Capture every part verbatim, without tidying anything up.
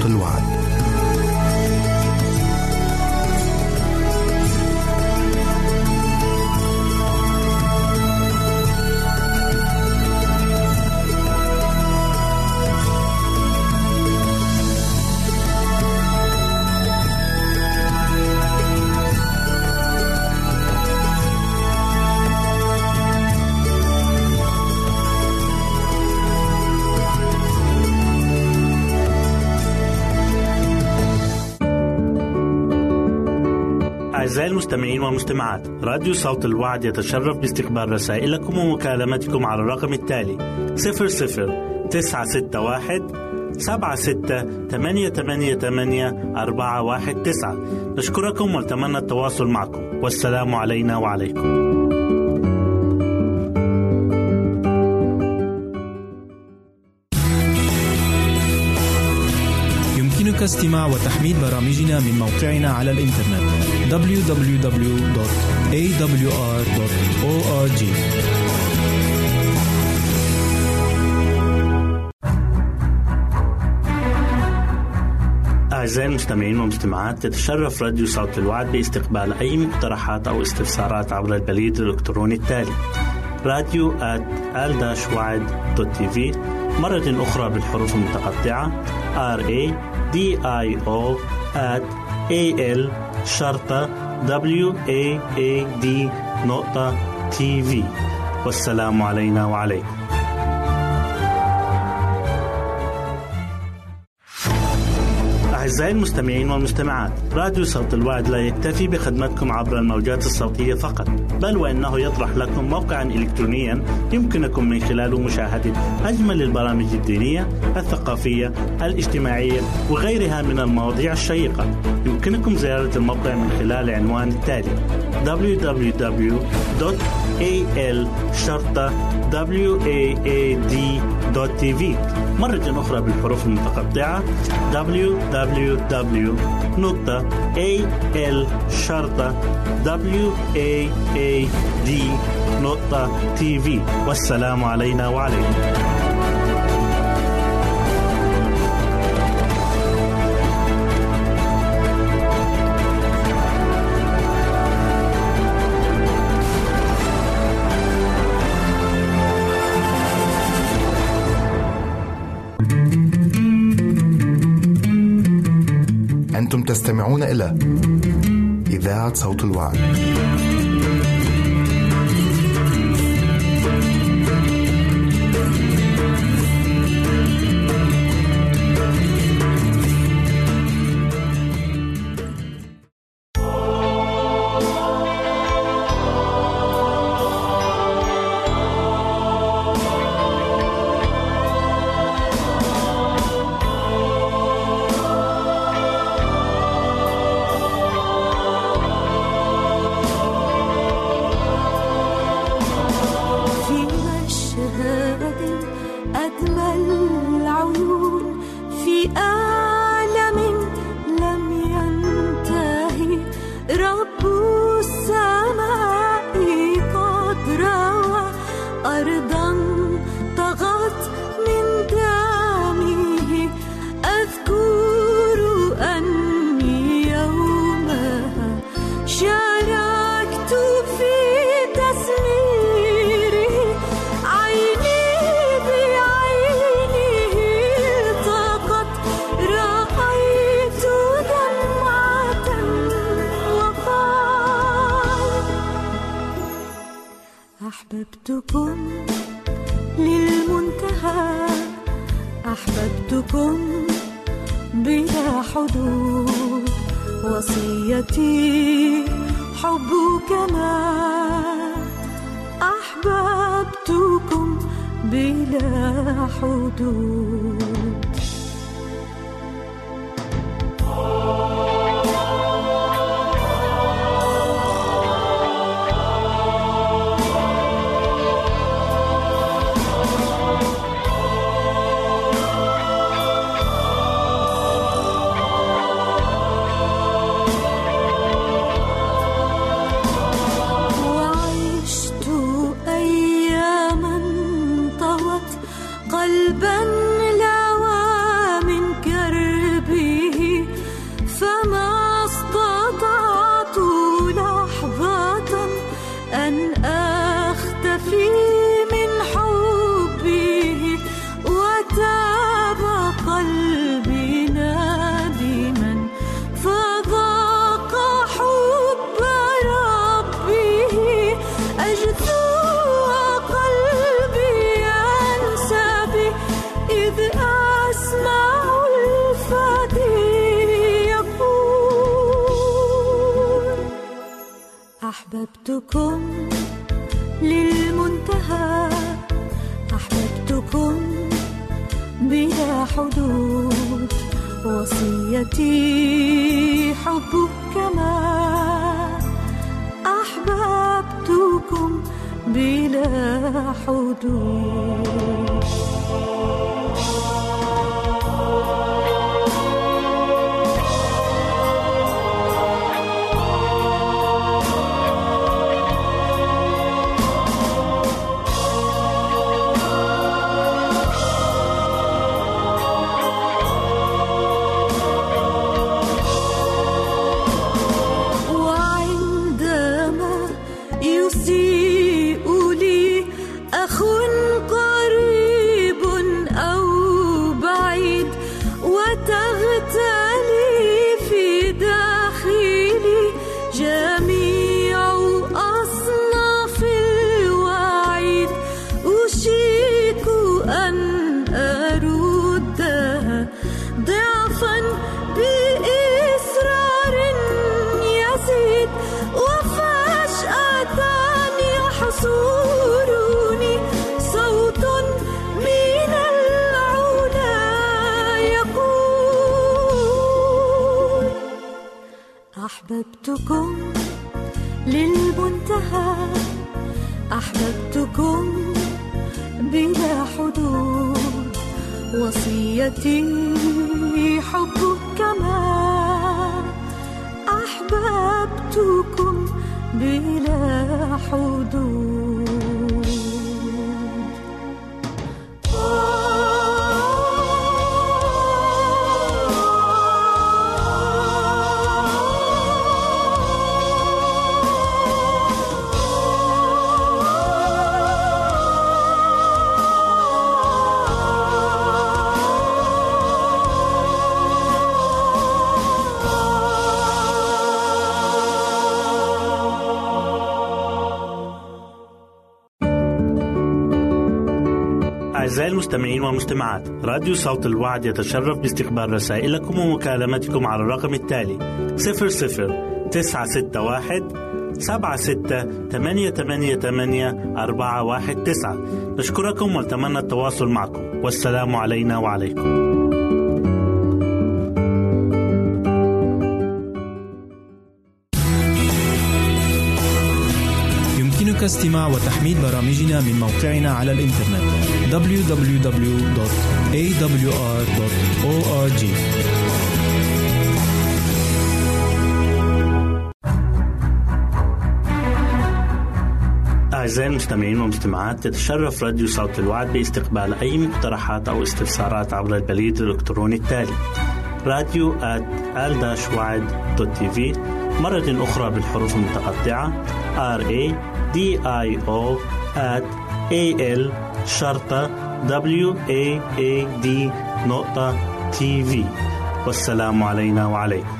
الوعد. أعزائي المستمعين والمستمعات، راديو صوت الوعد يتشرف باستقبال رسائلكم ومكالمتكم على الرقم التالي صفر صفر تسعة ستة واحد سبعة ستة ثمانية ثمانية ثمانية أربعة واحد تسعة. نشكركم ونتمنى التواصل معكم، والسلام علينا وعليكم. يمكنك استماع وتحميل برامجنا من موقعنا على الإنترنت دبليو دبليو دبليو دوت إيه دبليو آر دوت أو آر جي. أعزائي المستمعين والمستمعات، تتشرف راديو صوت الوعد باستقبال أي مقترحات أو استفسارات عبر البريد الإلكتروني التالي راديو آت آل وعد دوت تي في، مرة أخرى بالحروف المتقطعة R A D I O at A L شرطة W A A D نقطة تي في. والسلام علينا وعليكم. أعزائي المستمعين والمستمعات، راديو صوت الوعد لا يكتفي بخدمتكم عبر الموجات الصوتية فقط، بل وإنه يطرح لكم موقعا إلكترونيا يمكنكم من خلاله مشاهدة أجمل البرامج الدينية، الثقافية، الاجتماعية وغيرها من المواضيع الشيقة. يمكنكم زيارة الموقع من خلال عنوان التالي دبليو دبليو دبليو دوت إيه إل شرطة W A A D دوت تي في، مرة أخرى بالحروف المتقطعة دبليو دبليو دبليو دوت إيه إل شرطة W A A D دوت تي في. والسلام علينا وعليكم. أنتم تستمعون إلى إذاعة صوت الوعد. أحببتكم للمنتهى، أحببتكم بلا حدود، وصيتي حبكما، أحببتكم بلا حدود. قلبا لا أحببتكم للمنتهى، أحببتكم بلا حدود، وصيتي حبك كما أحببتكم بلا حدود. أحببتكم للمنتهى، أحببتكم بلا حدود، وصيتي حبك كما أحببتكم بلا حدود. أعزائي المستمعين والمستمعات، راديو صوت الوعد يتشرف باستقبال رسائلكم ومكالمتكم على الرقم التالي صفر صفر تسعة ستة واحد سبعة ستة ثمانية ثمانية ثمانية أربعة واحد تسعة. نشكركم ونتمنى التواصل معكم، والسلام علينا وعليكم. يمكنك استماع وتحميل برامجنا من موقعنا على الإنترنت دبليو دبليو دبليو دوت إيه دبليو آر دوت أو آر جي. أعزائي المستمعين والمستمعات، يتشرف راديو صوت الوعد باستقبال أي مقترحات أو استفسارات عبر البريد الإلكتروني التالي راديو آت آل وعد دوت تي في، مرة أخرى بالحروف المتقطعة R A D I O at A L شرطة W A A D نقطة تي في. والسلام علينا وعليكم.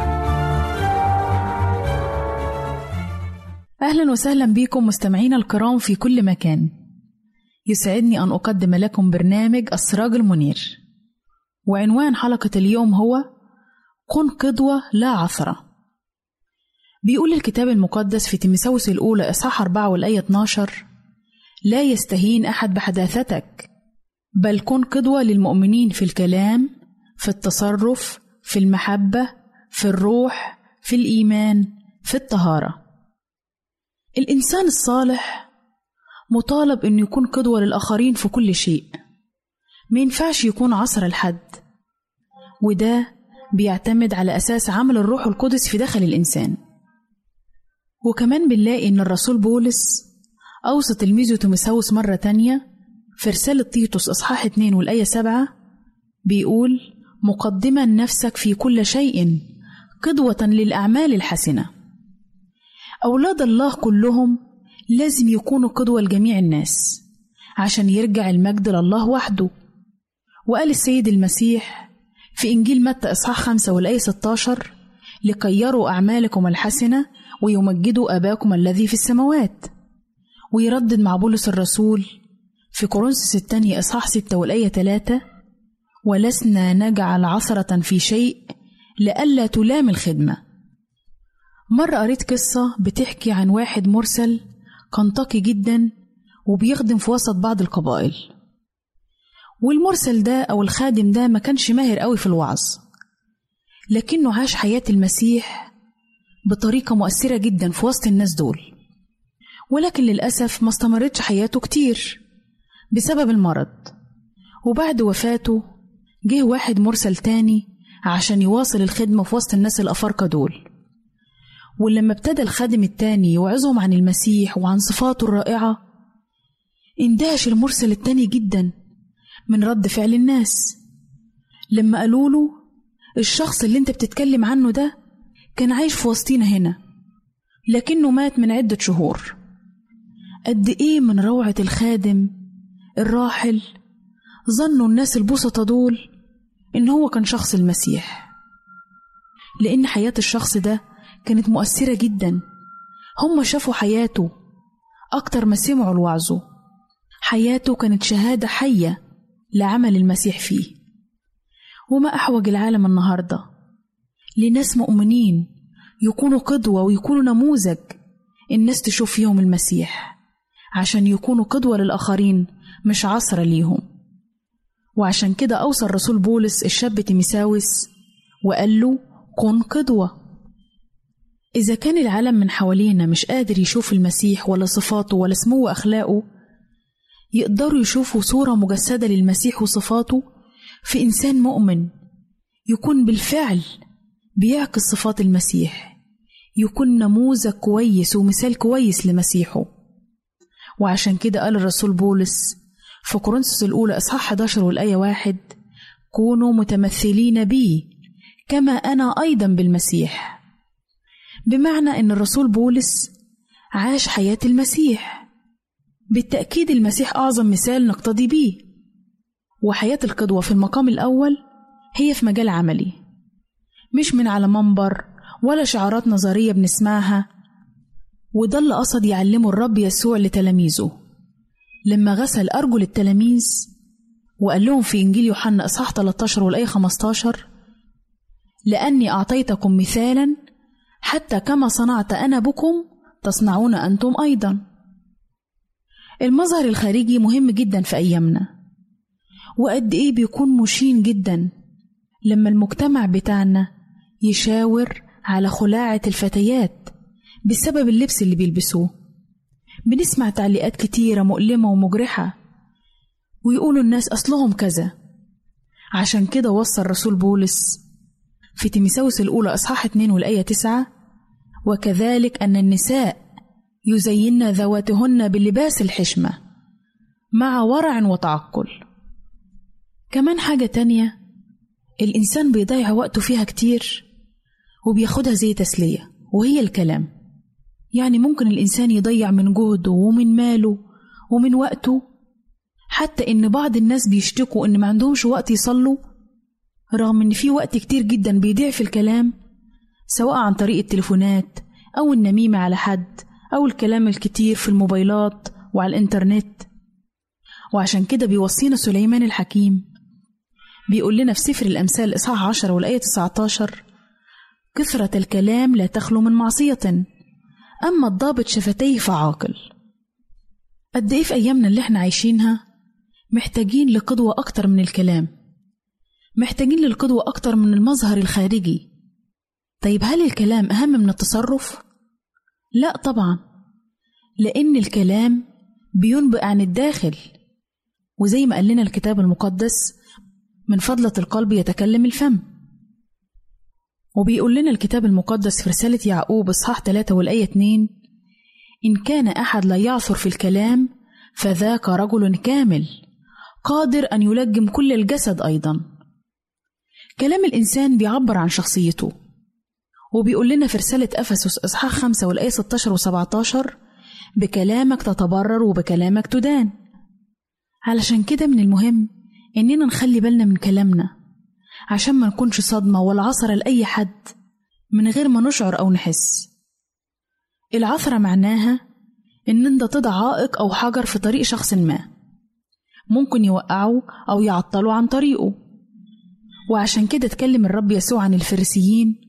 أهلا وسهلا بكم مستمعين الكرام في كل مكان. يسعدني أن أقدم لكم برنامج السراج المنير، وعنوان حلقة اليوم هو كن قدوة لا عثرة. بيقول الكتاب المقدس في تيموثاوس الأولى إصحاح أربعة والآية اتناشر: لا يستهين أحد بحداثتك، بل كن قدوة للمؤمنين في الكلام، في التصرف، في المحبة، في الروح، في الإيمان، في الطهارة. الإنسان الصالح مطالب أن يكون قدوة للآخرين في كل شيء، ما ينفعش يكون عصر الحد، وده بيعتمد على أساس عمل الروح القدس في داخل الإنسان. وكمان بنلاقي أن الرسول بولس أوصى تلميذه تيموثاوس مرة تانية في رسالة تيتوس إصحاح اتنين والآية سبعة، بيقول: مقدما نفسك في كل شيء قدوة للأعمال الحسنة. أولاد الله كلهم لازم يكونوا قدوة لجميع الناس عشان يرجع المجد لله وحده. وقال السيد المسيح في إنجيل متى إصحاح خمسة والآية ستاشر: لكي يروا أعمالكم الحسنة ويمجدوا أباكم الذي في السماوات. ويردد مع بولس الرسول في كورنثوس الثانية إصحاح ستة والآية ثلاثة: ولسنا نجعل عثرة في شيء لئلا تلام الخدمة. مرة قريت قصة بتحكي عن واحد مرسل كان تقي جدا وبيخدم في وسط بعض القبائل، والمرسل ده أو الخادم ده ما كانش ماهر قوي في الوعظ، لكنه عاش حياة المسيح بطريقة مؤثرة جدا في وسط الناس دول، ولكن للأسف ما استمرتش حياته كتير بسبب المرض. وبعد وفاته جه واحد مرسل تاني عشان يواصل الخدمة في وسط الناس الأفارقة دول. ولما ابتدى الخادم التاني يوعظهم عن المسيح وعن صفاته الرائعة، اندهش المرسل التاني جدا من رد فعل الناس لما قالوا له الشخص اللي انت بتتكلم عنه ده كان عايش في وسطينا هنا، لكنه مات من عدة شهور. قد ايه من روعة الخادم الراحل ظنوا الناس البسطة دول إن هو كان شخص المسيح، لأن حياة الشخص ده كانت مؤثرة جدا. هم شافوا حياته أكتر ما سمعوا الوعظه. حياته كانت شهادة حية لعمل المسيح فيه. وما أحوج العالم النهاردة لناس مؤمنين يكونوا قدوة ويكونوا نموذج الناس تشوف فيهم المسيح، عشان يكونوا قدوة للآخرين مش عصرة ليهم. وعشان كده أوصى الرسول بولس الشاب تيموثاوس وقال له كن قدوة. إذا كان العالم من حوالينا مش قادر يشوف المسيح ولا صفاته ولا سمو أخلاقه، يقدروا يشوفوا صورة مجسدة للمسيح وصفاته في إنسان مؤمن يكون بالفعل بيعكس صفات المسيح، يكون نموذج كويس ومثال كويس لمسيحه. وعشان كده قال الرسول بولس في كورنثوس الأولى إصحاح إحدى عشر والآية واحد كونوا متمثلين بي كما أنا أيضا بالمسيح. بمعنى أن الرسول بولس عاش حياة المسيح. بالتأكيد المسيح أعظم مثال نقتدي بيه. وحياة القدوة في المقام الأول هي في مجال عملي، مش من على منبر ولا شعارات نظرية بنسمعها. وده اللي قصد يعلمه الرب يسوع لتلاميذه لما غسل أرجل التلاميذ وقال لهم في إنجيل يوحنا إصحاح ثلاثة عشر والآية خمسة عشر لأني أعطيتكم مثالا حتى كما صنعت أنا بكم تصنعون أنتم أيضا. المظهر الخارجي مهم جدا في أيامنا، وقد إيه بيكون مشين جدا لما المجتمع بتاعنا يشاور على خلاعة الفتيات بسبب اللبس اللي بيلبسوه. بنسمع تعليقات كتيرة مؤلمة ومجرحة، ويقولوا الناس أصلهم كذا. عشان كده وصى الرسول بولس في تيموثاوس الأولى إصحاح اتنين والآية تسعة وكذلك أن النساء يزين ذواتهن باللباس الحشمة مع ورع وتعقل. كمان حاجة تانية الإنسان بيضيع وقته فيها كتير وبياخدها زي تسلية، وهي الكلام. يعني ممكن الإنسان يضيع من جهده ومن ماله ومن وقته، حتى إن بعض الناس بيشتكوا إن ما عندهمش وقت يصلوا، رغم إن في وقت كتير جدا بيضيع في الكلام، سواء عن طريق التليفونات أو النميمة على حد أو الكلام الكتير في الموبايلات وعلى الإنترنت. وعشان كده بيوصينا سليمان الحكيم بيقول لنا في سفر الأمثال إصحاح عشرة والآية تسعة عشر كثرة الكلام لا تخلو من معصية، أما الضابط شفتيه فعاقل. قد إيه في أيامنا اللي احنا عايشينها محتاجين لقدوة أكتر من الكلام، محتاجين للقدوة أكتر من المظهر الخارجي. طيب هل الكلام أهم من التصرف؟ لا طبعا، لأن الكلام بينبئ عن الداخل، وزي ما قال لنا الكتاب المقدس من فضلة القلب يتكلم الفم. وبيقول لنا الكتاب المقدس في رسالة يعقوب إصحاح ثلاثة والآية اتنين إن كان أحد لا يعثر في الكلام فذاك رجل كامل قادر أن يلجم كل الجسد أيضا. كلام الإنسان بيعبر عن شخصيته. وبيقول لنا في رسالة أفسس إصحاح خمسة والآية ستة عشر وسبعة عشر بكلامك تتبرر وبكلامك تدان. علشان كده من المهم إننا نخلي بالنا من كلامنا عشان ما نكونش صدمة ولا عثرة لأي حد من غير ما نشعر أو نحس. العثرة معناها إن انت تضع عائق أو حجر في طريق شخص ما، ممكن يوقعه أو يعطله عن طريقه. وعشان كده اتكلم الرب يسوع عن الفريسيين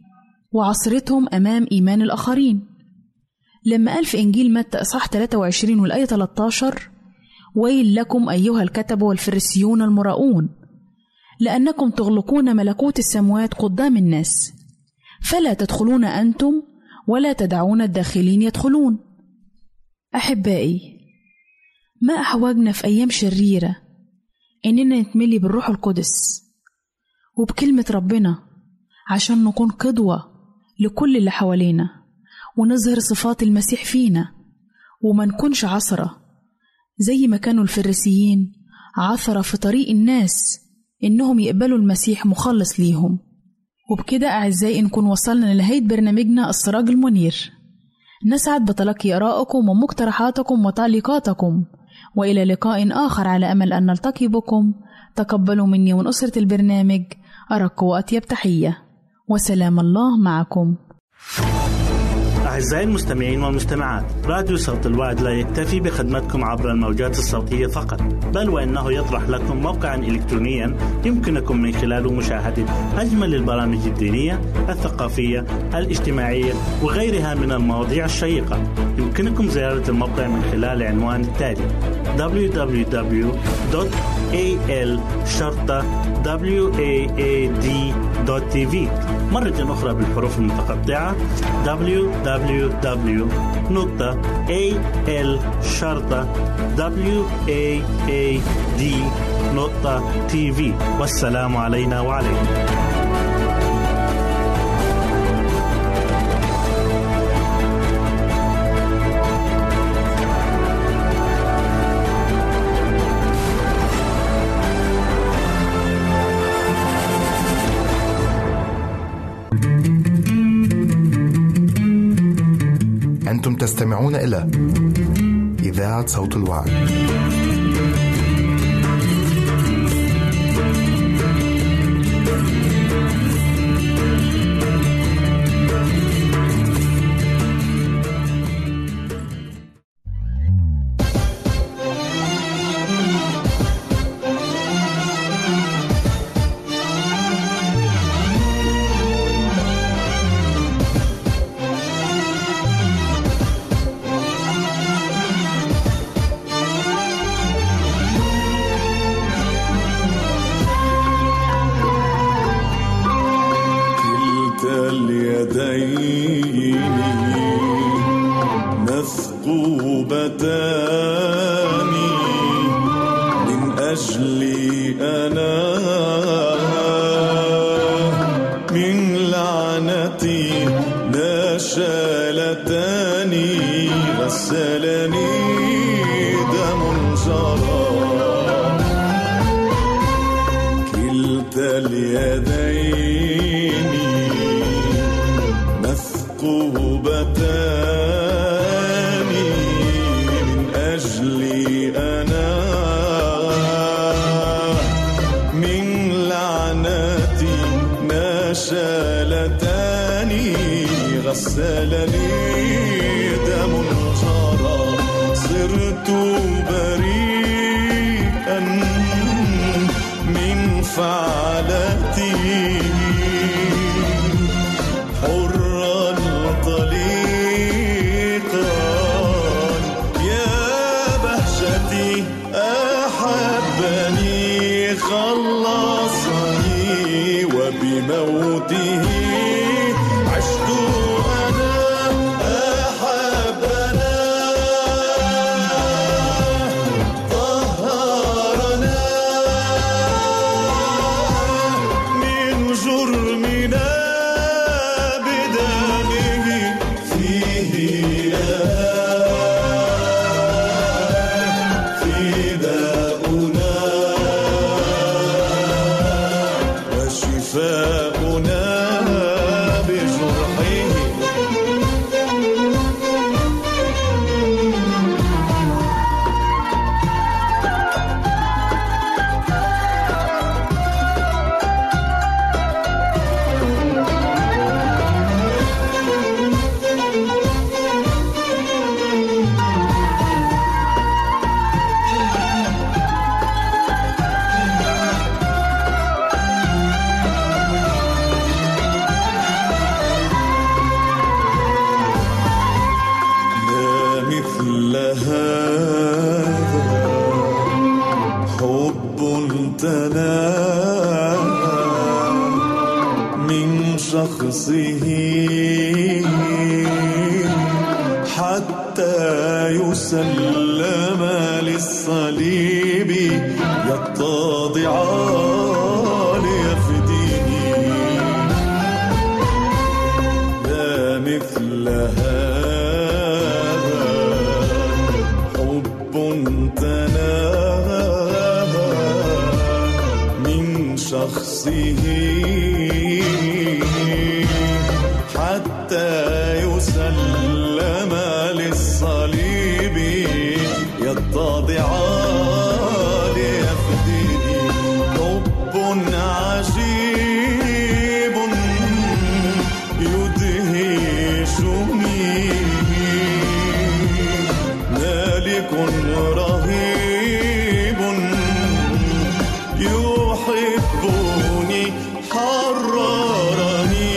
وعصرتهم أمام إيمان الآخرين. لما قال في إنجيل متى إصحاح ثلاثة وعشرين والآية ثلاثة عشر: ويل لكم أيها الكتبة والفريسيون المراؤون، لأنكم تغلقون ملكوت السماوات قدام الناس، فلا تدخلون أنتم ولا تدعون الداخلين يدخلون. أحبائي، ما أحوجنا في أيام شريرة إننا نتملي بالروح القدس وبكلمة ربنا عشان نكون قدوة لكل اللي حوالينا ونظهر صفات المسيح فينا، وما نكونش عثرة زي ما كانوا الفريسيين عثرة في طريق الناس إنهم يقبلوا المسيح مخلص ليهم. وبكده أعزائي نكون وصلنا لنهاية برنامجنا السراج المنير. نسعد بتلقي آرائكم ومقترحاتكم وتعليقاتكم، وإلى لقاء آخر على أمل أن نلتقي بكم. تقبلوا مني ومن أسرة البرنامج أرق وأطيب تحية، وسلام الله معكم. أعزائي المستمعين والمستمعات، راديو صوت الوعد لا يكتفي بخدمتكم عبر الموجات الصوتية فقط، بل وإنه يطرح لكم موقعا إلكترونيا يمكنكم من خلاله مشاهدة أجمل البرامج الدينية، الثقافية، الاجتماعية وغيرها من المواضيع الشيقة. يمكنكم زيارة الموقع من خلال العنوان التالي: دبليو دبليو دبليو دوت إيه إل شرطة واد دوت تي في. مرة أخرى بالحروف المتقطعة: دبليو دبليو دبليو دوت إيه إل شرطة واد دوت تي في. والسلام علينا وعليكم. أنتم تستمعون إلى إذاعة صوت الوعد. شخصه حتى يسلم للصليب يتضع ليفديه. لا مثل هذا حب تناهى من شخصه حتى يسلم للصليب يتضع ليفديه. حب عجيب يدهشني، مالك رهيب يحبني، حررني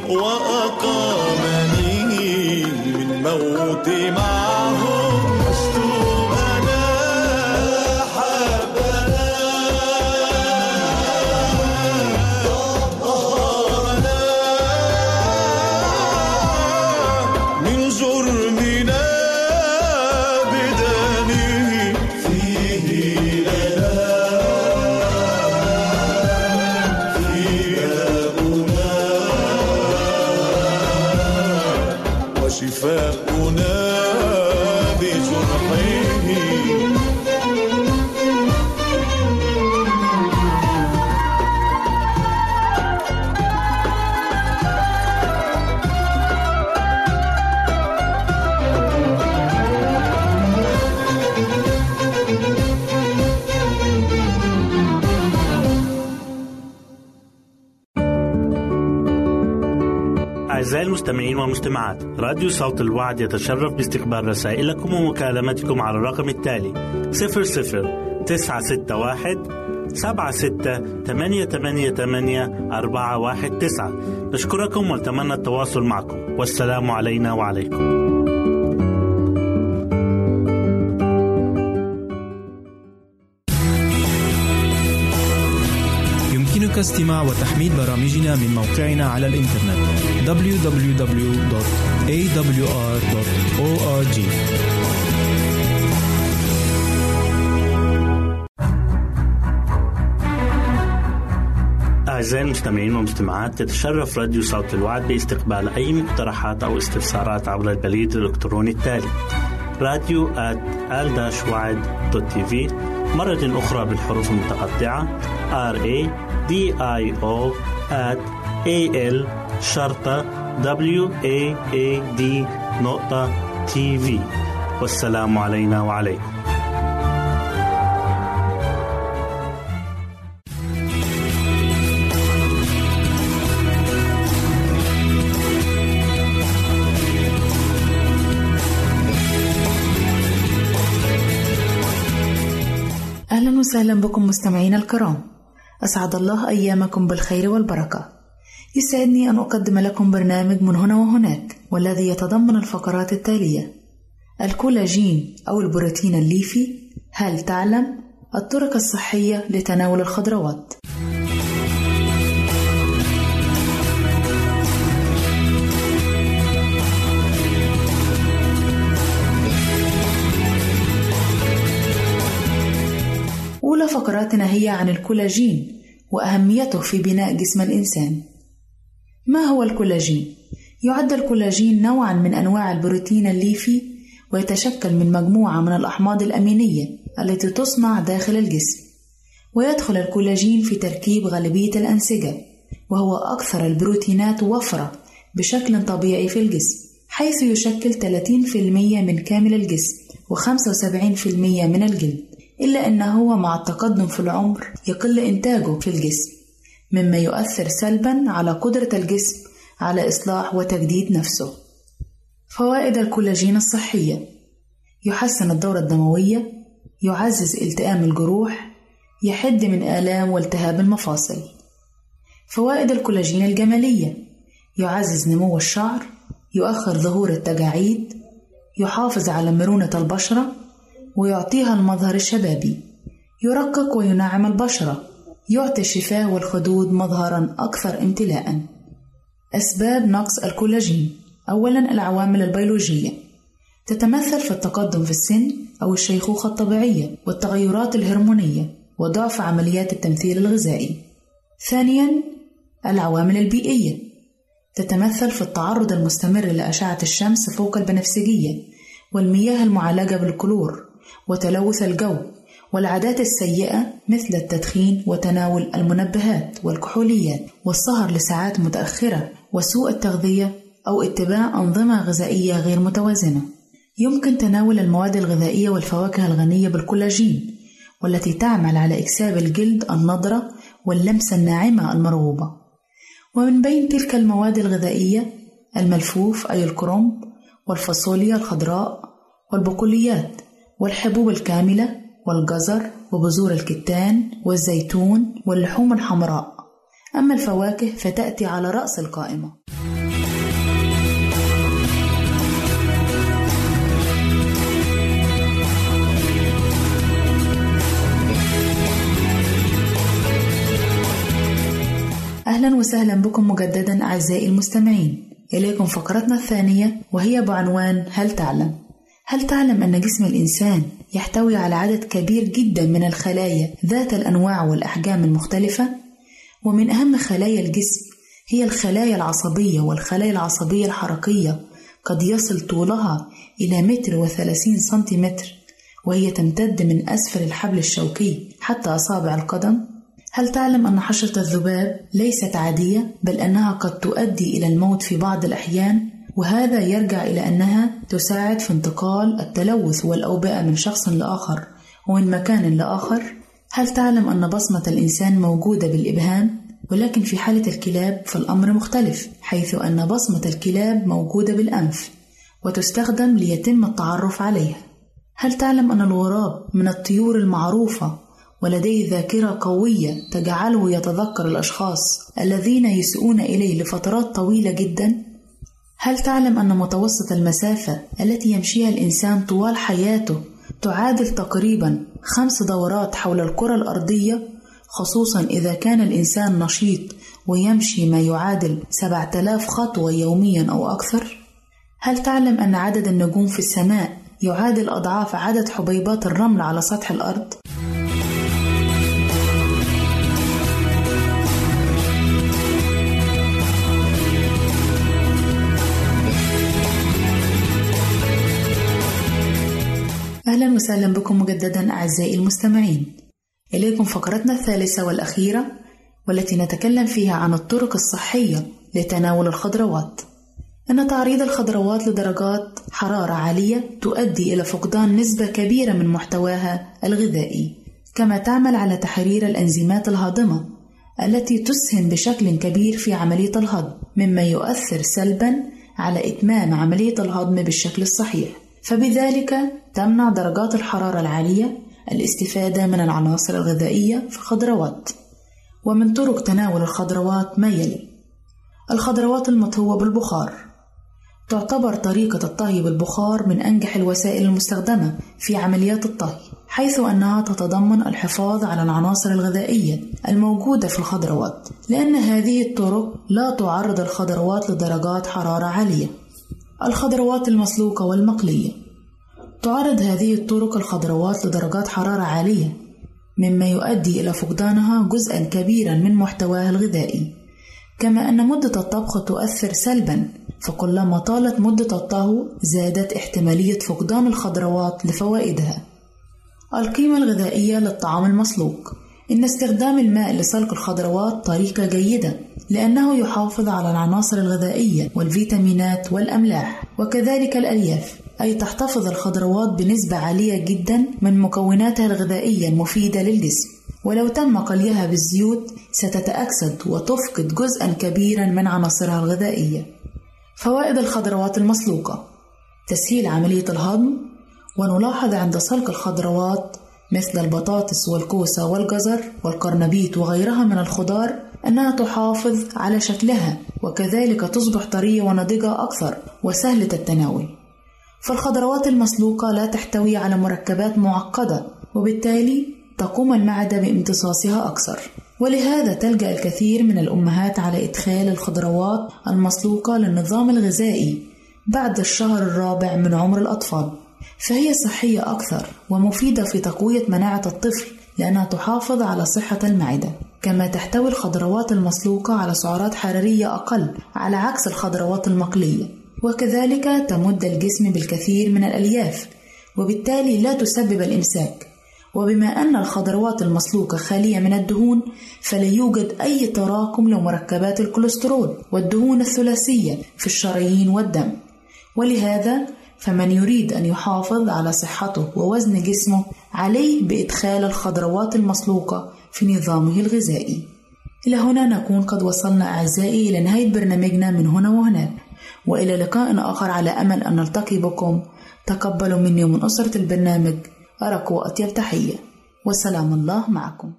وأقامني من موت معه. عشت أنا حبنا طهرنا من جرمنا بدمه، فيه لنا فداؤنا وشفاؤنا بجرحه. أعزائي المستمعين والمستمعات، راديو صوت الوعد يتشرف باستقبال رسائلكم ومكالمتكم على الرقم التالي صفر صفر تسعة ستة واحد سبعة ستة ثمانية ثمانية ثمانية أربعة واحد تسعة. نشكركم ونتمنى التواصل معكم، والسلام علينا وعليكم. يمكنك استماع وتحميل برامجنا من موقعنا على الإنترنت دبليو دبليو دبليو دوت إيه دبليو آر دوت أو آر جي. أعزائي المستمعين والمستمعات، تتشرف راديو صوت الوعد باستقبال أي مقترحات أو استفسارات عبر البريد الإلكتروني التالي راديو آت آل وعد دوت تي في، مرة أخرى بالحروف المتقطعة R A D I O at A L شرطة W A A D نقطة تي في. والسلام علينا وعليكم. أهلا وسهلا بكم مستمعين الكرام، أسعد الله أيامكم بالخير والبركة. يسعدني أن أقدم لكم برنامج من هنا وهناك، والذي يتضمن الفقرات التالية: الكولاجين أو البروتين الليفي، هل تعلم؟ الطرق الصحية لتناول الخضروات. أولى فقراتنا هي عن الكولاجين وأهميته في بناء جسم الإنسان. ما هو الكولاجين؟ يعد الكولاجين نوعا من أنواع البروتين الليفي، ويتشكل من مجموعة من الأحماض الأمينية التي تصنع داخل الجسم. ويدخل الكولاجين في تركيب غالبية الأنسجة، وهو أكثر البروتينات وفرة بشكل طبيعي في الجسم، حيث يشكل ثلاثين بالمئة من كامل الجسم وخمسة وسبعين بالمئة من الجلد، إلا أنه مع التقدم في العمر يقل إنتاجه في الجسم، مما يؤثر سلبا على قدرة الجسم على إصلاح وتجديد نفسه. فوائد الكولاجين الصحية: يحسن الدورة الدموية، يعزز التئام الجروح، يحد من آلام والتهاب المفاصل. فوائد الكولاجين الجمالية: يعزز نمو الشعر، يؤخر ظهور التجاعيد، يحافظ على مرونة البشرة ويعطيها المظهر الشبابي، يرقق وينعم البشرة، يعطي الشفاه والخدود مظهرا أكثر امتلاء. أسباب نقص الكولاجين. أولاً العوامل البيولوجية، تتمثل في التقدم في السن أو الشيخوخة الطبيعية والتغيرات الهرمونية وضعف عمليات التمثيل الغذائي. ثانياً العوامل البيئية، تتمثل في التعرض المستمر لأشعة الشمس فوق البنفسجية والمياه المعالجة بالكلور وتلوث الجو والعادات السيئة مثل التدخين وتناول المنبهات والكحوليات والسهر لساعات متأخرة وسوء التغذية أو اتباع أنظمة غذائية غير متوازنة. يمكن تناول المواد الغذائية والفواكه الغنية بالكولاجين والتي تعمل على إكساب الجلد النضرة واللمسة الناعمة المرغوبة. ومن بين تلك المواد الغذائية الملفوف أي الكرنب والفاصوليا الخضراء والبقوليات والحبوب الكاملة والجزر وبذور الكتان والزيتون واللحوم الحمراء. أما الفواكه فتأتي على رأس القائمة. أهلا وسهلا بكم مجددا أعزائي المستمعين. إليكم فقرتنا الثانية وهي بعنوان هل تعلم؟ هل تعلم أن جسم الإنسان يحتوي على عدد كبير جدا من الخلايا ذات الأنواع والأحجام المختلفة؟ ومن أهم خلايا الجسم هي الخلايا العصبية والخلايا العصبية الحركية، قد يصل طولها إلى متر وثلاثين سنتيمتر، وهي تمتد من أسفل الحبل الشوكي حتى أصابع القدم. هل تعلم أن حشرة الذباب ليست عادية، بل أنها قد تؤدي إلى الموت في بعض الأحيان، وهذا يرجع إلى أنها تساعد في انتقال التلوث والأوبئة من شخص لآخر ومن مكان لآخر؟ هل تعلم أن بصمة الإنسان موجودة بالإبهام، ولكن في حالة الكلاب فالأمر مختلف، حيث أن بصمة الكلاب موجودة بالأنف وتستخدم ليتم التعرف عليها؟ هل تعلم أن الغراب من الطيور المعروفة ولديه ذاكرة قوية تجعله يتذكر الأشخاص الذين يسيئون إليه لفترات طويلة جدا؟ هل تعلم أن متوسط المسافة التي يمشيها الإنسان طوال حياته تعادل تقريبا خمس دورات حول الكرة الأرضية، خصوصا إذا كان الإنسان نشيط ويمشي ما يعادل سبعة آلاف خطوة يوميا أو أكثر؟ هل تعلم أن عدد النجوم في السماء يعادل أضعاف عدد حبيبات الرمل على سطح الأرض؟ أهلا وسهلا بكم مجددا أعزائي المستمعين. إليكم فقرتنا الثالثة والأخيرة، والتي نتكلم فيها عن الطرق الصحية لتناول الخضروات. أن تعريض الخضروات لدرجات حرارة عالية تؤدي إلى فقدان نسبة كبيرة من محتواها الغذائي، كما تعمل على تحرير الأنزيمات الهاضمة التي تسهم بشكل كبير في عملية الهضم، مما يؤثر سلبا على إتمام عملية الهضم بالشكل الصحيح، فبذلك تمنع درجات الحرارة العالية الاستفادة من العناصر الغذائية في الخضروات. ومن طرق تناول الخضروات ما يلي: الخضروات المطهوة بالبخار. تعتبر طريقة الطهي بالبخار من أنجح الوسائل المستخدمة في عمليات الطهي، حيث أنها تتضمن الحفاظ على العناصر الغذائية الموجودة في الخضروات، لأن هذه الطرق لا تعرض الخضروات لدرجات حرارة عالية. الخضروات المسلوقة والمقلية. تعرض هذه الطرق الخضروات لدرجات حرارة عالية، مما يؤدي إلى فقدانها جزءا كبيرا من محتواها الغذائي، كما أن مدة الطبخ تؤثر سلبا، فكلما طالت مدة الطهو زادت احتمالية فقدان الخضروات لفوائدها. القيمة الغذائية للطعام المسلوق. إن استخدام الماء لسلق الخضروات طريقة جيدة، لأنه يحافظ على العناصر الغذائية والفيتامينات والأملاح، وكذلك الألياف، أي تحتفظ الخضروات بنسبة عالية جدا من مكوناتها الغذائية المفيدة للجسم، ولو تم قليها بالزيوت ستتأكسد وتفقد جزءا كبيرا من عناصرها الغذائية. فوائد الخضروات المسلوقة: تسهيل عملية الهضم. ونلاحظ عند سلق الخضروات مثل البطاطس والكوسة والجزر والقرنبيط وغيرها من الخضار أنها تحافظ على شكلها، وكذلك تصبح طرية ونضجة أكثر وسهلة التناول. فالخضروات المسلوقة لا تحتوي على مركبات معقدة، وبالتالي تقوم المعدة بامتصاصها أكثر. ولهذا تلجأ الكثير من الأمهات على إدخال الخضروات المسلوقة للنظام الغذائي بعد الشهر الرابع من عمر الأطفال، فهي صحية أكثر ومفيدة في تقوية مناعة الطفل لأنها تحافظ على صحة المعدة. كما تحتوي الخضروات المسلوقة على سعرات حرارية أقل على عكس الخضروات المقلية، وكذلك تمد الجسم بالكثير من الألياف وبالتالي لا تسبب الإمساك. وبما أن الخضروات المسلوقة خالية من الدهون فلا يوجد أي تراكم لمركبات الكوليسترول والدهون الثلاثية في الشرايين والدم، ولهذا فمن يريد أن يحافظ على صحته ووزن جسمه عليه بإدخال الخضروات المسلوقة في نظامه الغذائي. إلى هنا نكون قد وصلنا أعزائي إلى نهاية برنامجنا من هنا وهناك، وإلى لقاء آخر على أمل أن نلتقي بكم. تقبلوا مني ومن أسرة البرنامج أرق وأطيب تحية، وسلام الله معكم.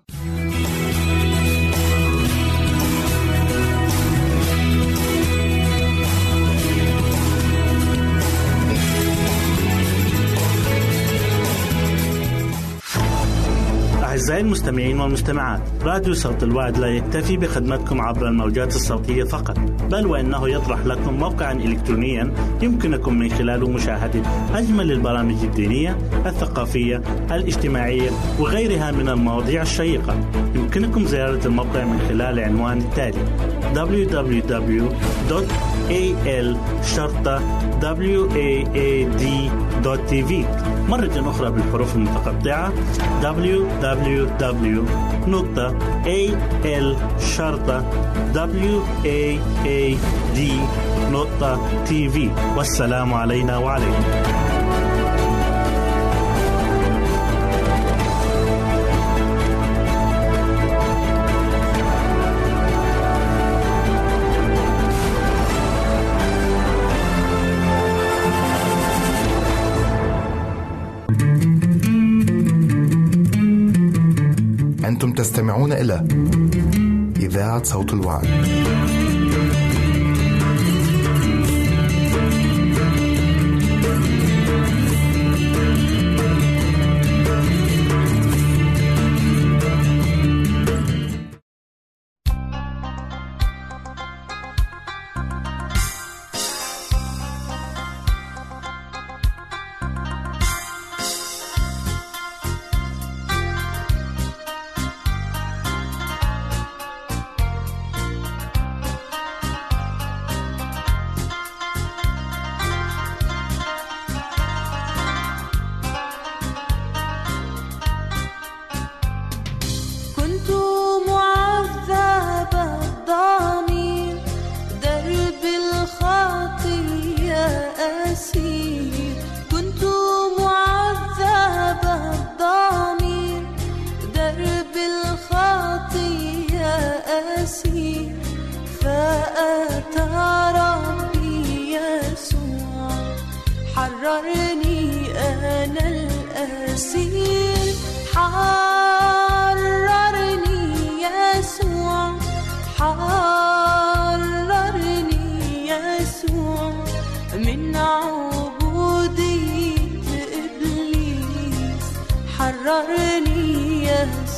أعزائي المستمعين والمستمعات، راديو صوت الوعد لا يكتفي بخدمتكم عبر الموجات الصوتية فقط، بل وإنه يطرح لكم موقعا إلكترونيا يمكنكم من خلاله مشاهدة أجمل البرامج الدينية، الثقافية، الاجتماعية وغيرها من المواضيع الشيقة. يمكنكم زيارة الموقع من خلال العنوان التالي دبليو دبليو دبليو دوت إيه إل شرطة واد دوت تي في. مرة أخرى بالحروف المتقطعة دبليو دبليو دبليو دوت إيه إل شرطة واد دوت تي في. والسلام علينا وعليكم. أنتم تستمعون إلى إذاعة صوت الوعد. حررني أنا الأسير، حررني يسوع، حررني يسوع من عبودية إبليس، حررني يسوع.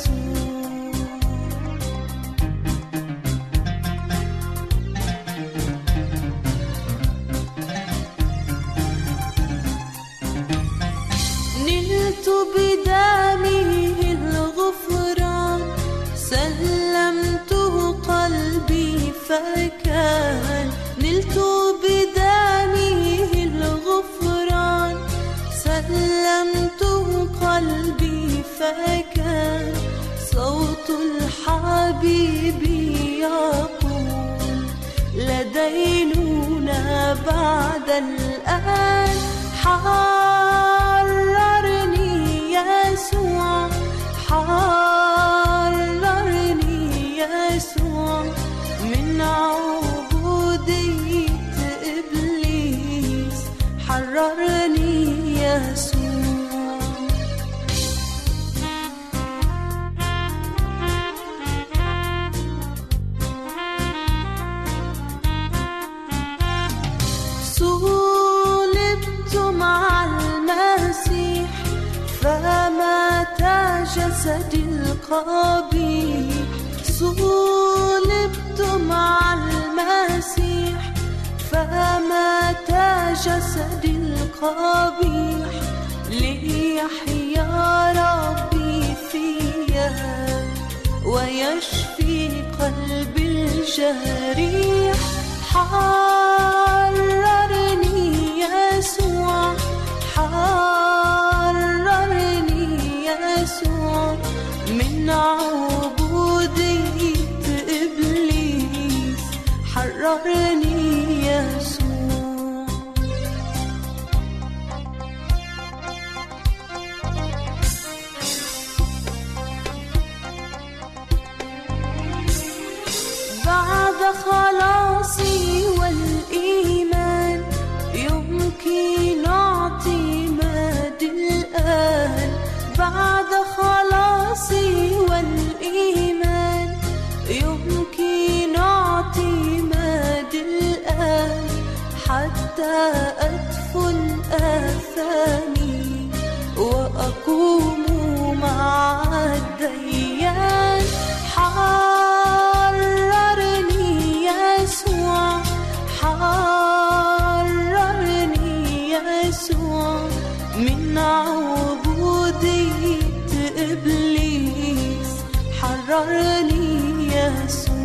بدمه الغفران، سلمته قلبي فكان، نلت بدمه الغفران، سلمته قلبي فكان، صوت الحبيب يقول لا دينونة بعد الآن، حررني يسوع، حررني يسوع من عبودية إبليس، حررني يسوع. صلبت مع المسيح فمات جسدي القبيح، صلبت مع المسيح فمات جسدي القبيح ليحيا ربي فيا ويشفي قلبي الجريح. حررني يسوع حررني يسوع من عبودية إبليس حررني يسوع. بعد خلاصي والإيمان يمكن اعتماد الآن. بعد خلاصي والإيمان يمكن اعتماد الآن حتى أدفن آثامي وأقوم مع الديان. حررني يسوع حررني يسوع من عبودية إبليس حررني يسوع.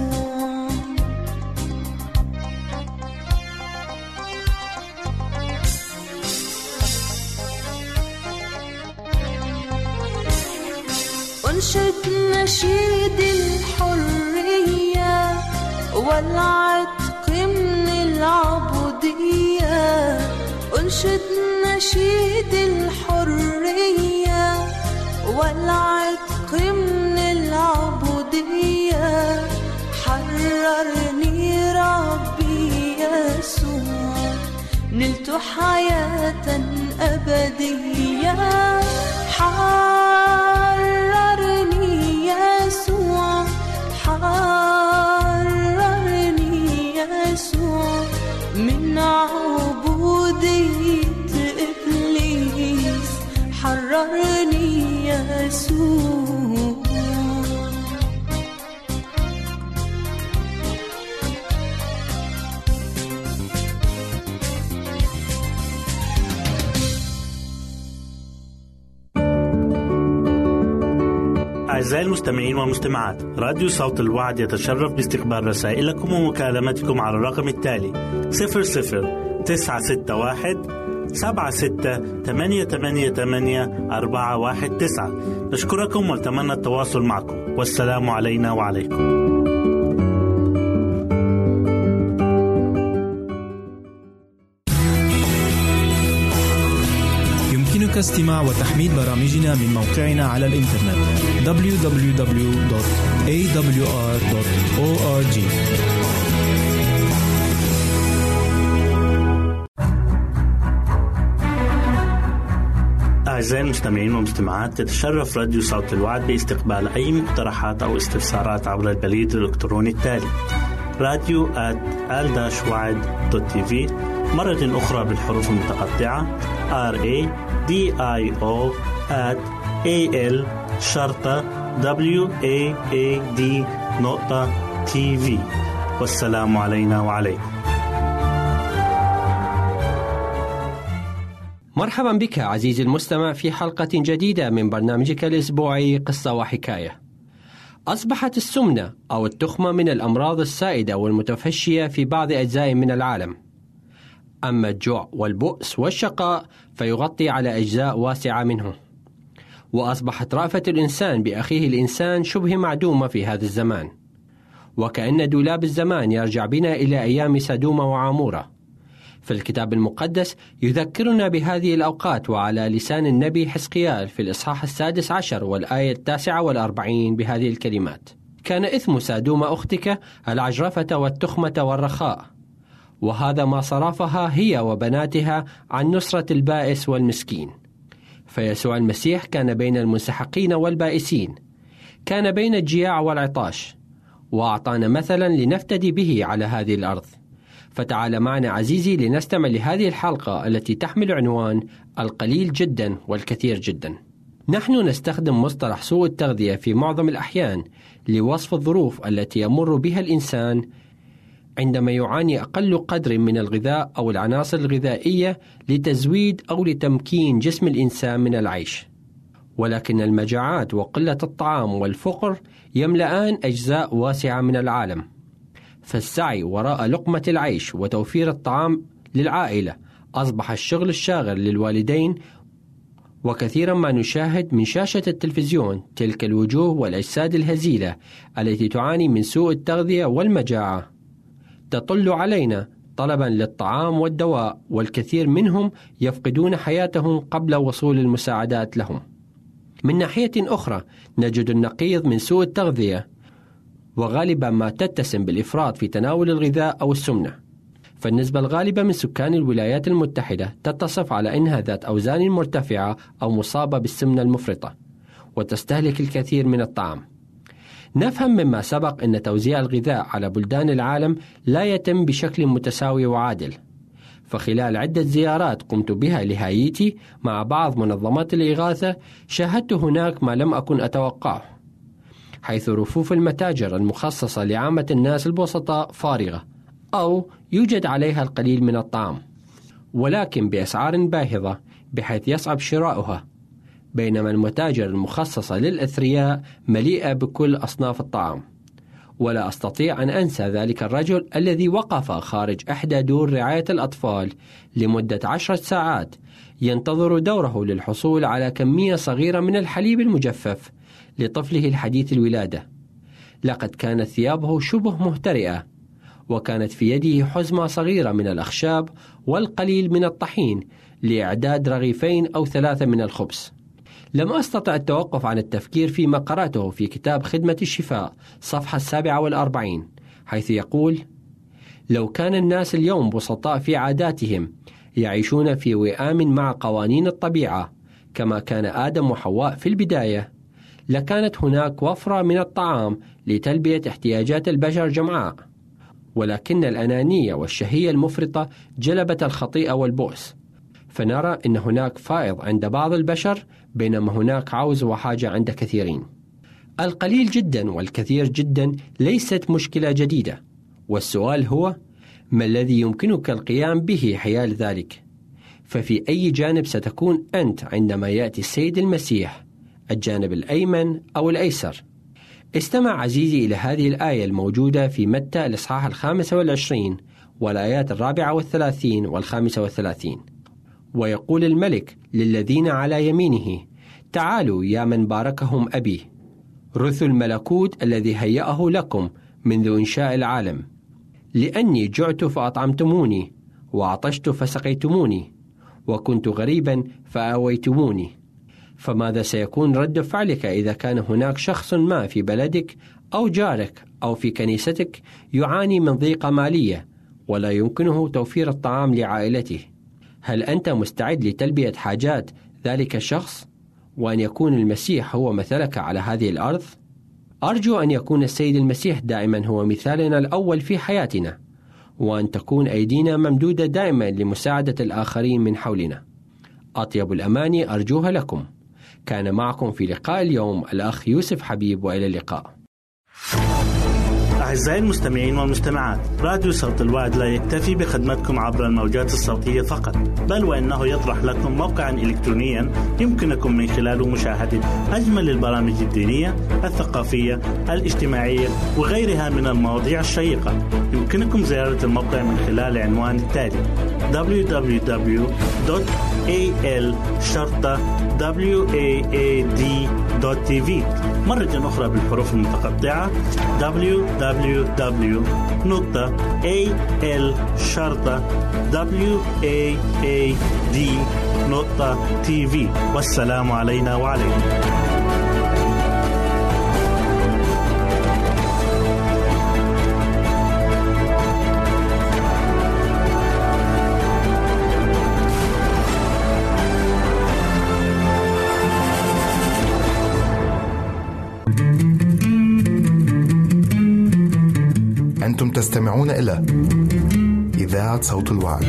أنشد نشيد الحرية والعتق من العبودية. أنشد نشيد الحرية والعتق من العبودية. حررني ربي يسوع نلت حياة أبدية. حررني يسوع حررني يسوع من عبودية إبليس حررني يسوع. أعزائي المستمعين والمستمعات، راديو صوت الوعد يتشرف باستقبال رسائلكم ومكالمتكم على الرقم التالي صفر صفر تسعة ستة واحد سبعة ستة ثمانية ثمانية ثمانية أربعة واحد تسعة. نشكركم ونتمنى التواصل معكم، والسلام علينا وعليكم. يمكنك استماع وتحميل برامجنا من موقعنا على الإنترنت دبليو دبليو دبليو دوت إيه دبليو آر دوت أو آر جي. أعزائي المستمعين والمستمعات، تتشرف راديو صوت الوعد باستقبال أي مقترحات أو استفسارات عبر البريد الإلكتروني التالي راديو آت آل وعد دوت تي في، مرة أخرى بالحروف المتقطعة R A D I O at A L شرطة W A A D نقطة تي في. والسلام علينا وعليكم. مرحبا بك عزيزي المستمع في حلقة جديدة من برنامجك الأسبوعي قصة وحكاية. أصبحت السمنة أو التخمة من الأمراض السائدة والمتفشية في بعض أجزاء من العالم. أما الجوع والبؤس والشقاء فيغطي على أجزاء واسعة منه. وأصبحت رأفة الإنسان بأخيه الإنسان شبه معدومة في هذا الزمان، وكأن دولاب الزمان يرجع بنا إلى أيام سدوم وعامورة. فالكتاب المقدس يذكرنا بهذه الأوقات وعلى لسان النبي حزقيال في الإصحاح السادس عشر والآية التاسعة والأربعين بهذه الكلمات: كان إثم سدوم أختك العجرفة والتخمة والرخاء، وهذا ما صرفها هي وبناتها عن نصرة البائس والمسكين. فيسوع المسيح كان بين المنسحقين والبائسين، كان بين الجياع والعطاش، وأعطانا مثلا لنفتدي به على هذه الأرض. فتعال معنا عزيزي لنستمع لهذه الحلقة التي تحمل عنوان القليل جدا والكثير جدا. نحن نستخدم مصطلح سوء التغذية في معظم الأحيان لوصف الظروف التي يمر بها الإنسان عندما يعاني أقل قدر من الغذاء أو العناصر الغذائية لتزويد أو لتمكين جسم الإنسان من العيش. ولكن المجاعات وقلة الطعام والفقر يملأان أجزاء واسعة من العالم، فالسعي وراء لقمة العيش وتوفير الطعام للعائلة أصبح الشغل الشاغل للوالدين. وكثيرا ما نشاهد من شاشة التلفزيون تلك الوجوه والأجساد الهزيلة التي تعاني من سوء التغذية والمجاعة، تطل علينا طلبا للطعام والدواء، والكثير منهم يفقدون حياتهم قبل وصول المساعدات لهم. من ناحية أخرى نجد النقيض من سوء التغذية، وغالبا ما تتسم بالإفراط في تناول الغذاء أو السمنة. فالنسبة الغالبة من سكان الولايات المتحدة تتصف على أنها ذات أوزان مرتفعة أو مصابة بالسمنة المفرطة، وتستهلك الكثير من الطعام. نفهم مما سبق أن توزيع الغذاء على بلدان العالم لا يتم بشكل متساوي وعادل. فخلال عدة زيارات قمت بها لهايتي مع بعض منظمات الإغاثة، شاهدت هناك ما لم أكن أتوقعه، حيث رفوف المتاجر المخصصة لعامة الناس البسطاء فارغة أو يوجد عليها القليل من الطعام، ولكن بأسعار باهظة بحيث يصعب شراؤها، بينما المتاجر المخصصة للأثرياء مليئة بكل أصناف الطعام. ولا أستطيع أن أنسى ذلك الرجل الذي وقف خارج إحدى دور رعاية الأطفال لمدة عشرة ساعات ينتظر دوره للحصول على كمية صغيرة من الحليب المجفف لطفله الحديث الولادة. لقد كانت ثيابه شبه مهترئة، وكانت في يده حزمة صغيرة من الأخشاب والقليل من الطحين لإعداد رغيفين أو ثلاثة من الخبز. لم أستطع التوقف عن التفكير فيما قرأته في كتاب خدمة الشفاء صفحة السابعة والأربعين، حيث يقول: لو كان الناس اليوم بسطاء في عاداتهم، يعيشون في وئام مع قوانين الطبيعة كما كان آدم وحواء في البداية، لكانت هناك وفرة من الطعام لتلبية احتياجات البشر جمعاء. ولكن الأنانية والشهية المفرطة جلبت الخطيئة والبؤس، فنرى أن هناك فائض عند بعض البشر بينما هناك عوز وحاجة عند كثيرين. القليل جدا والكثير جدا ليست مشكلة جديدة، والسؤال هو: ما الذي يمكنك القيام به حيال ذلك؟ ففي أي جانب ستكون أنت عندما يأتي السيد المسيح، الجانب الأيمن أو الأيسر؟ استمع عزيزي إلى هذه الآية الموجودة في متى الإصحاح الخامس والعشرين والآيات الرابعة والثلاثين والخامسة والثلاثين. ويقول الملك للذين على يمينه: تعالوا يا من باركهم أبي، رثوا الملكوت الذي هيأه لكم منذ إنشاء العالم. لأني جعت فأطعمتموني، وعطشت فسقيتموني، وكنت غريبا فآويتموني. فماذا سيكون رد فعلك إذا كان هناك شخص ما في بلدك أو جارك أو في كنيستك يعاني من ضيقة مالية ولا يمكنه توفير الطعام لعائلته؟ هل أنت مستعد لتلبية حاجات ذلك الشخص، وأن يكون المسيح هو مثلك على هذه الأرض؟ أرجو أن يكون السيد المسيح دائما هو مثالنا الأول في حياتنا، وأن تكون أيدينا ممدودة دائما لمساعدة الآخرين من حولنا. أطيب الأماني أرجوها لكم. كان معكم في لقاء اليوم الأخ يوسف حبيب، وإلى اللقاء. أعزائي المستمعين والمستمعات، راديو صوت الوعد لا يكتفي بخدمتكم عبر الموجات الصوتية فقط، بل وإنه يطرح لكم موقعا إلكترونيا يمكنكم من خلاله مشاهدة أجمل البرامج الدينية، الثقافية، الاجتماعية وغيرها من المواضيع الشيقة. يمكنكم زيارة الموقع من خلال العنوان التالي: دبليو دبليو دبليو دوت إيه إل شرطة واد دوت تي في. مرة أخرى بالحروف المتقطعة: دبليو دبليو دبليو دوت إيه إل شرطة واد دوت تي في. والسلام علينا وعليكم. أنتم تستمعون إلى إذاعة صوت الوعد.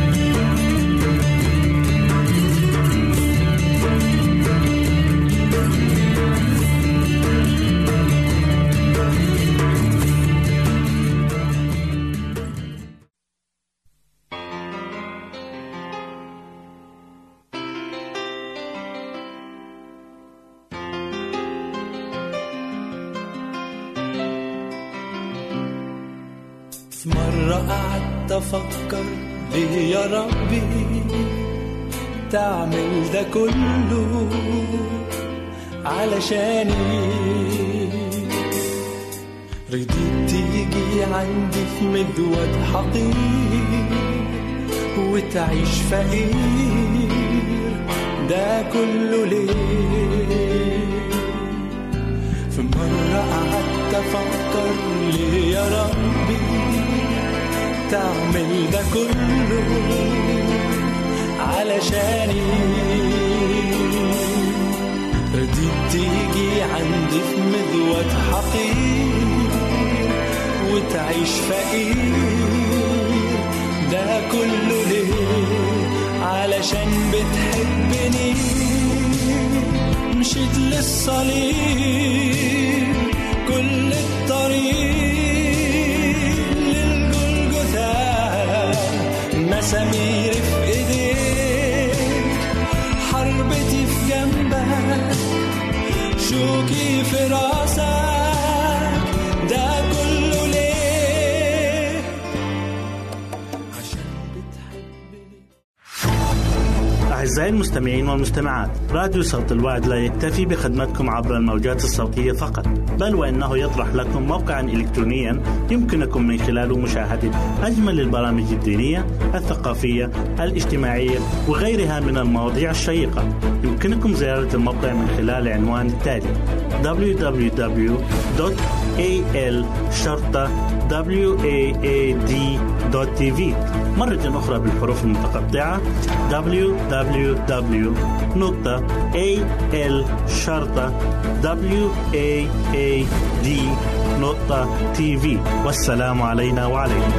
مرة قعدت أفكر ليه يا ربي تعمل ده كله علشاني، رضيت تيجي عندي في مدود حقير وتعيش فقير، ده كله ليه؟ في مرة قعدت أفكر ليه يا ربي تعمل ده كله علشاني، رضيت تيجي عندي في مذود حقير وتعيش فقير، ده كله ليه؟ علشان بتحبني مشيت للصليب كل الطريق للجلجثة، مسامير في ايديك، حربتي في جنبك، شوكي في راسك، ده كله ليه؟ عشان بتحبني. أعزائي المستمعين والمستمعات، راديو صوت الوعد لا يكتفي بخدمتكم عبر الموجات الصوتية فقط، بل وإنه يطرح لكم موقعا إلكترونيا يمكنكم من خلاله مشاهدة أجمل البرامج الدينية، الثقافية، الاجتماعية وغيرها من المواضيع الشيقة. يمكنكم زيارة الموقع من خلال العنوان التالي دبليو دبليو دبليو دوت إيه إل شرطة واد دوت تي في. مرة أخرى بالحروف المتقطعة دبليو دبليو دبليو دوت إيه إل شرطة واد دوت تي في. والسلام علينا وعليكم.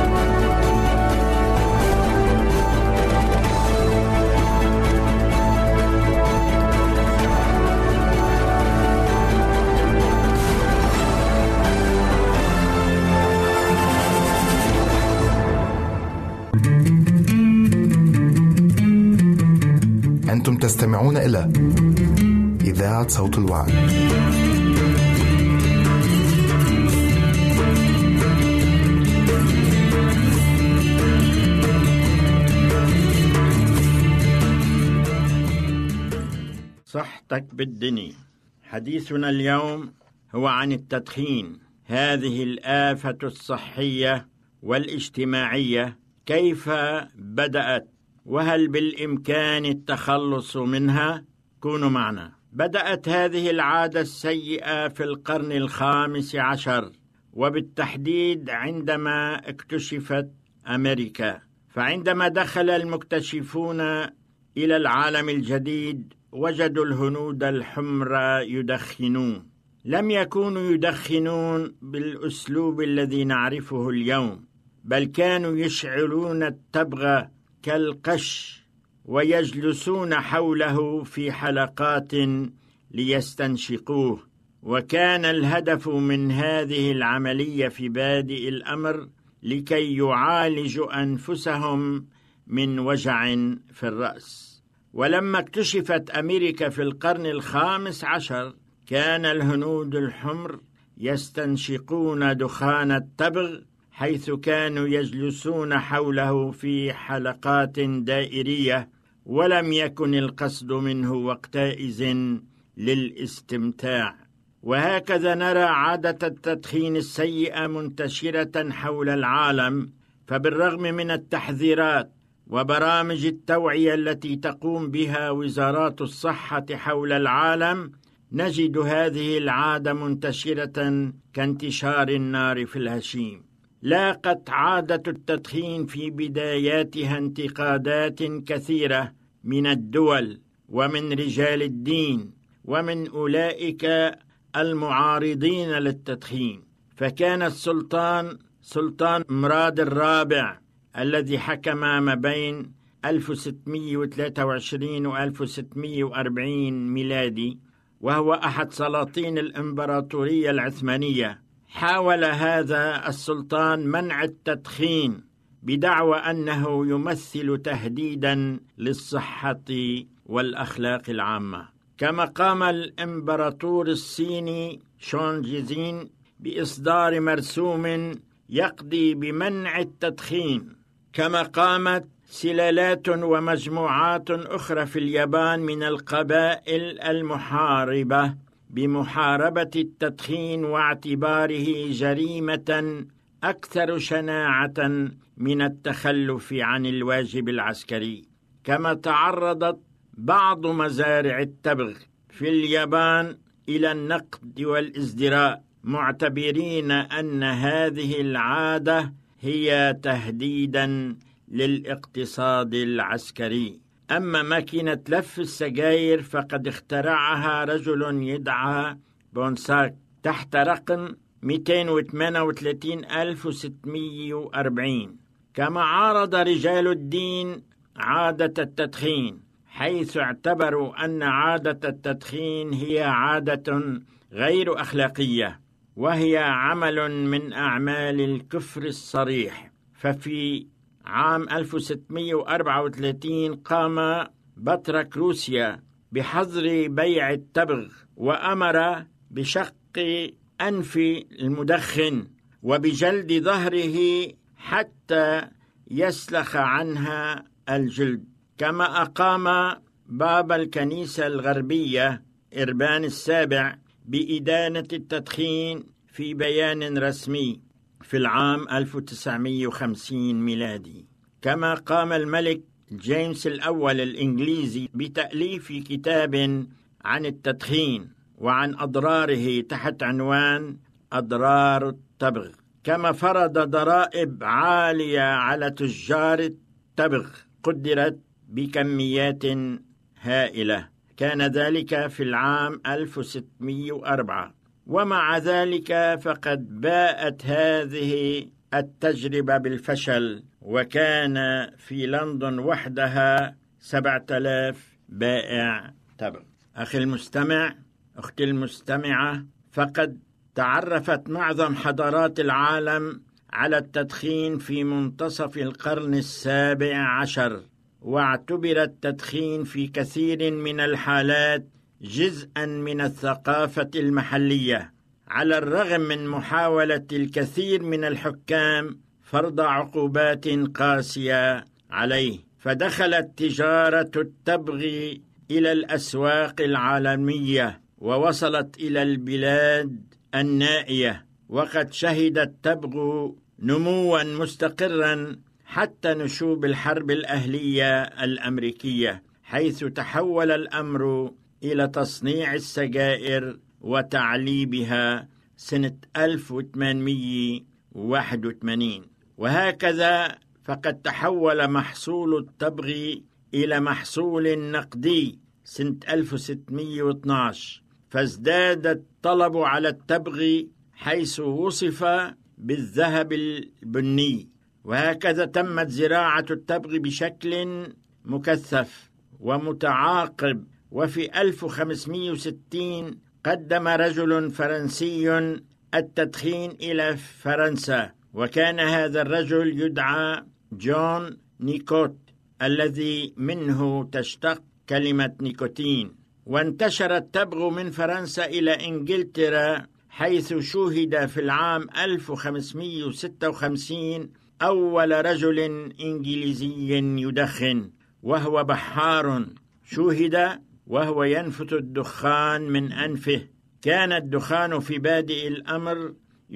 أنتم تستمعون إلى إذاعة صوت الوعد. صحتك بالدنيا. حديثنا اليوم هو عن التدخين، هذه الآفة الصحية والاجتماعية، كيف بدأت وهل بالإمكان التخلص منها؟ كونوا معنا. بدأت هذه العادة السيئة في القرن الخامس عشر، وبالتحديد عندما اكتشفت أمريكا. فعندما دخل المكتشفون إلى العالم الجديد وجدوا الهنود الحمر يدخنون. لم يكونوا يدخنون بالأسلوب الذي نعرفه اليوم، بل كانوا يشعلون التبغ كالقش ويجلسون حوله في حلقات ليستنشقوه. وكان الهدف من هذه العملية في بادئ الأمر لكي يعالجوا أنفسهم من وجع في الرأس. ولما اكتشفت أمريكا في القرن الخامس عشر، كان الهنود الحمر يستنشقون دخان التبغ، حيث كانوا يجلسون حوله في حلقات دائرية، ولم يكن القصد منه وقتئذ للاستمتاع. وهكذا نرى عادة التدخين السيئة منتشرة حول العالم. فبالرغم من التحذيرات وبرامج التوعية التي تقوم بها وزارات الصحة حول العالم، نجد هذه العادة منتشرة كانتشار النار في الهشيم. لاقت عادة التدخين في بداياتها انتقادات كثيرة من الدول ومن رجال الدين ومن أولئك المعارضين للتدخين. فكان السلطان سلطان مراد الرابع الذي حكم ما بين ألف وستمائة وثلاثة وعشرين و ألف وستمائة وأربعين ميلادي، وهو أحد سلاطين الإمبراطورية العثمانية، حاول هذا السلطان منع التدخين بدعوى أنه يمثل تهديدا للصحة والأخلاق العامة. كما قام الإمبراطور الصيني شونغ جيزين بإصدار مرسوم يقضي بمنع التدخين، كما قامت سلالات ومجموعات أخرى في اليابان من القبائل المحاربة بمحاربة التدخين واعتباره جريمة أكثر شناعة من التخلف عن الواجب العسكري. كما تعرضت بعض مزارع التبغ في اليابان إلى النقد والازدراء، معتبرين أن هذه العادة هي تهديدا للاقتصاد العسكري. أما ماكينة لف السجاير فقد اخترعها رجل يدعى بونساك تحت رقم مئتين وثمانية وثلاثين ألف وستمئة وأربعين. كما عارض رجال الدين عادة التدخين، حيث اعتبروا أن عادة التدخين هي عادة غير أخلاقية، وهي عمل من أعمال الكفر الصريح. ففي عام ألف وستمئة وأربعة وثلاثين قام بطرك روسيا بحظر بيع التبغ، وأمر بشق أنف المدخن وبجلد ظهره حتى يسلخ عنها الجلد. كما أقام باب الكنيسة الغربية إربان السابع بإدانة التدخين في بيان رسمي في العام ألف وتسعمئة وخمسين ميلادي. كما قام الملك جيمس الأول الإنجليزي بتأليف كتاب عن التدخين وعن أضراره تحت عنوان أضرار التبغ. كما فرض ضرائب عالية على تجار التبغ قدرت بكميات هائلة. كان ذلك في العام ألف وستمئة وأربعة. ومع ذلك فقد باءت هذه التجربة بالفشل، وكان في لندن وحدها سبعة آلاف بائع تبغ. أخي المستمع، أختي المستمعة، فقد تعرفت معظم حضارات العالم على التدخين في منتصف القرن السابع عشر، واعتبر التدخين في كثير من الحالات جزءاً من الثقافة المحلية، على الرغم من محاولة الكثير من الحكام فرض عقوبات قاسية عليه. فدخلت تجارة التبغ إلى الأسواق العالمية ووصلت إلى البلاد النائية، وقد شهد التبغ نمواً مستقراً حتى نشوب الحرب الأهلية الأمريكية، حيث تحول الأمر إلى تصنيع السجائر وتعليبها سنة ألف وثمانمئة وواحد وثمانين. وهكذا فقد تحول محصول التبغ إلى محصول نقدي سنة ألف وستمئة واثني عشر، فازداد الطلب على التبغ حيث وصف بالذهب البني. وهكذا تمت زراعة التبغ بشكل مكثف ومتعاقب. وفي ألف وخمسمئة وستين قدم رجل فرنسي التدخين إلى فرنسا، وكان هذا الرجل يدعى جون نيكوت، الذي منه تشتق كلمة نيكوتين. وانتشر التبغ من فرنسا إلى إنجلترا، حيث شوهد في العام ألف وخمسمئة وستة وخمسين أول رجل إنجليزي يدخن، وهو بحار، شوهد وهو ينفث الدخان من أنفه. كان الدخان في بادئ الأمر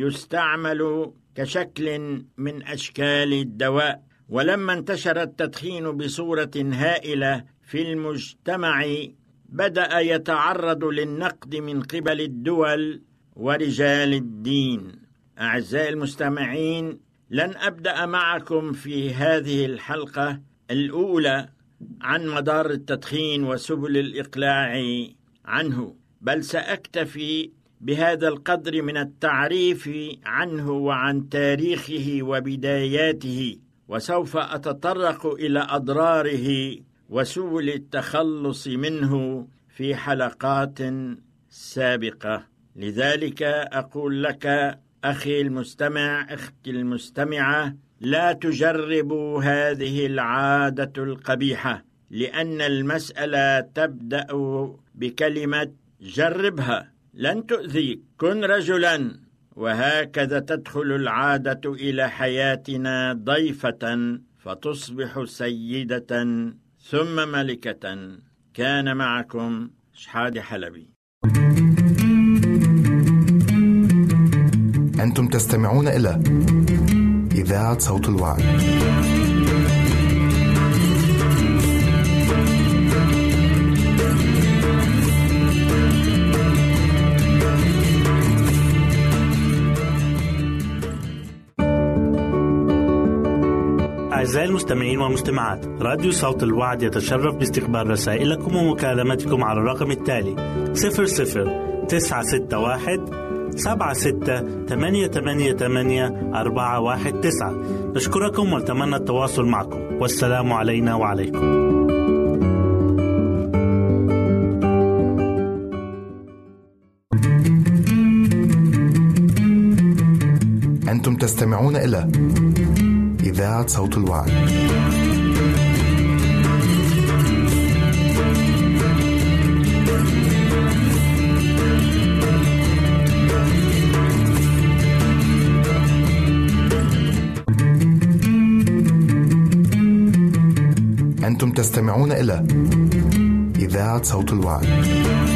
يستعمل كشكل من أشكال الدواء، ولما انتشر التدخين بصورة هائلة في المجتمع بدأ يتعرض للنقد من قبل الدول ورجال الدين. أعزائي المستمعين، لن أبدأ معكم في هذه الحلقة الأولى عن مدار التدخين وسبل الإقلاع عنه، بل سأكتفي بهذا القدر من التعريف عنه وعن تاريخه وبداياته، وسوف أتطرق إلى أضراره وسبل التخلص منه في حلقات سابقة. لذلك أقول لك أخي المستمع، أختي المستمعة، لا تجربوا هذه العادة القبيحة، لأن المسألة تبدأ بكلمة جربها، لن تؤذيك. كن رجلا وهكذا تدخل العادة إلى حياتنا ضيفة فتصبح سيدة ثم ملكة. كان معكم شحادة حلبي. أنتم تستمعون إلى إذاعة صوت الوعد. أعزائي المستمعين والمستمعات، راديو صوت الوعد يتشرف باستقبال رسائلكم ومكالمتكم على الرقم التالي صفر صفر تسعة ستة واحد سبعة ستة ثمانية ثمانية ثمانية أربعة واحد تسعة. نشكركم ونتمنى التواصل معكم، والسلام علينا وعليكم. أنتم تستمعون إلى إذاعة صوت الوعد. أنتم تستمعون إلى إذاعة صوت الوعد.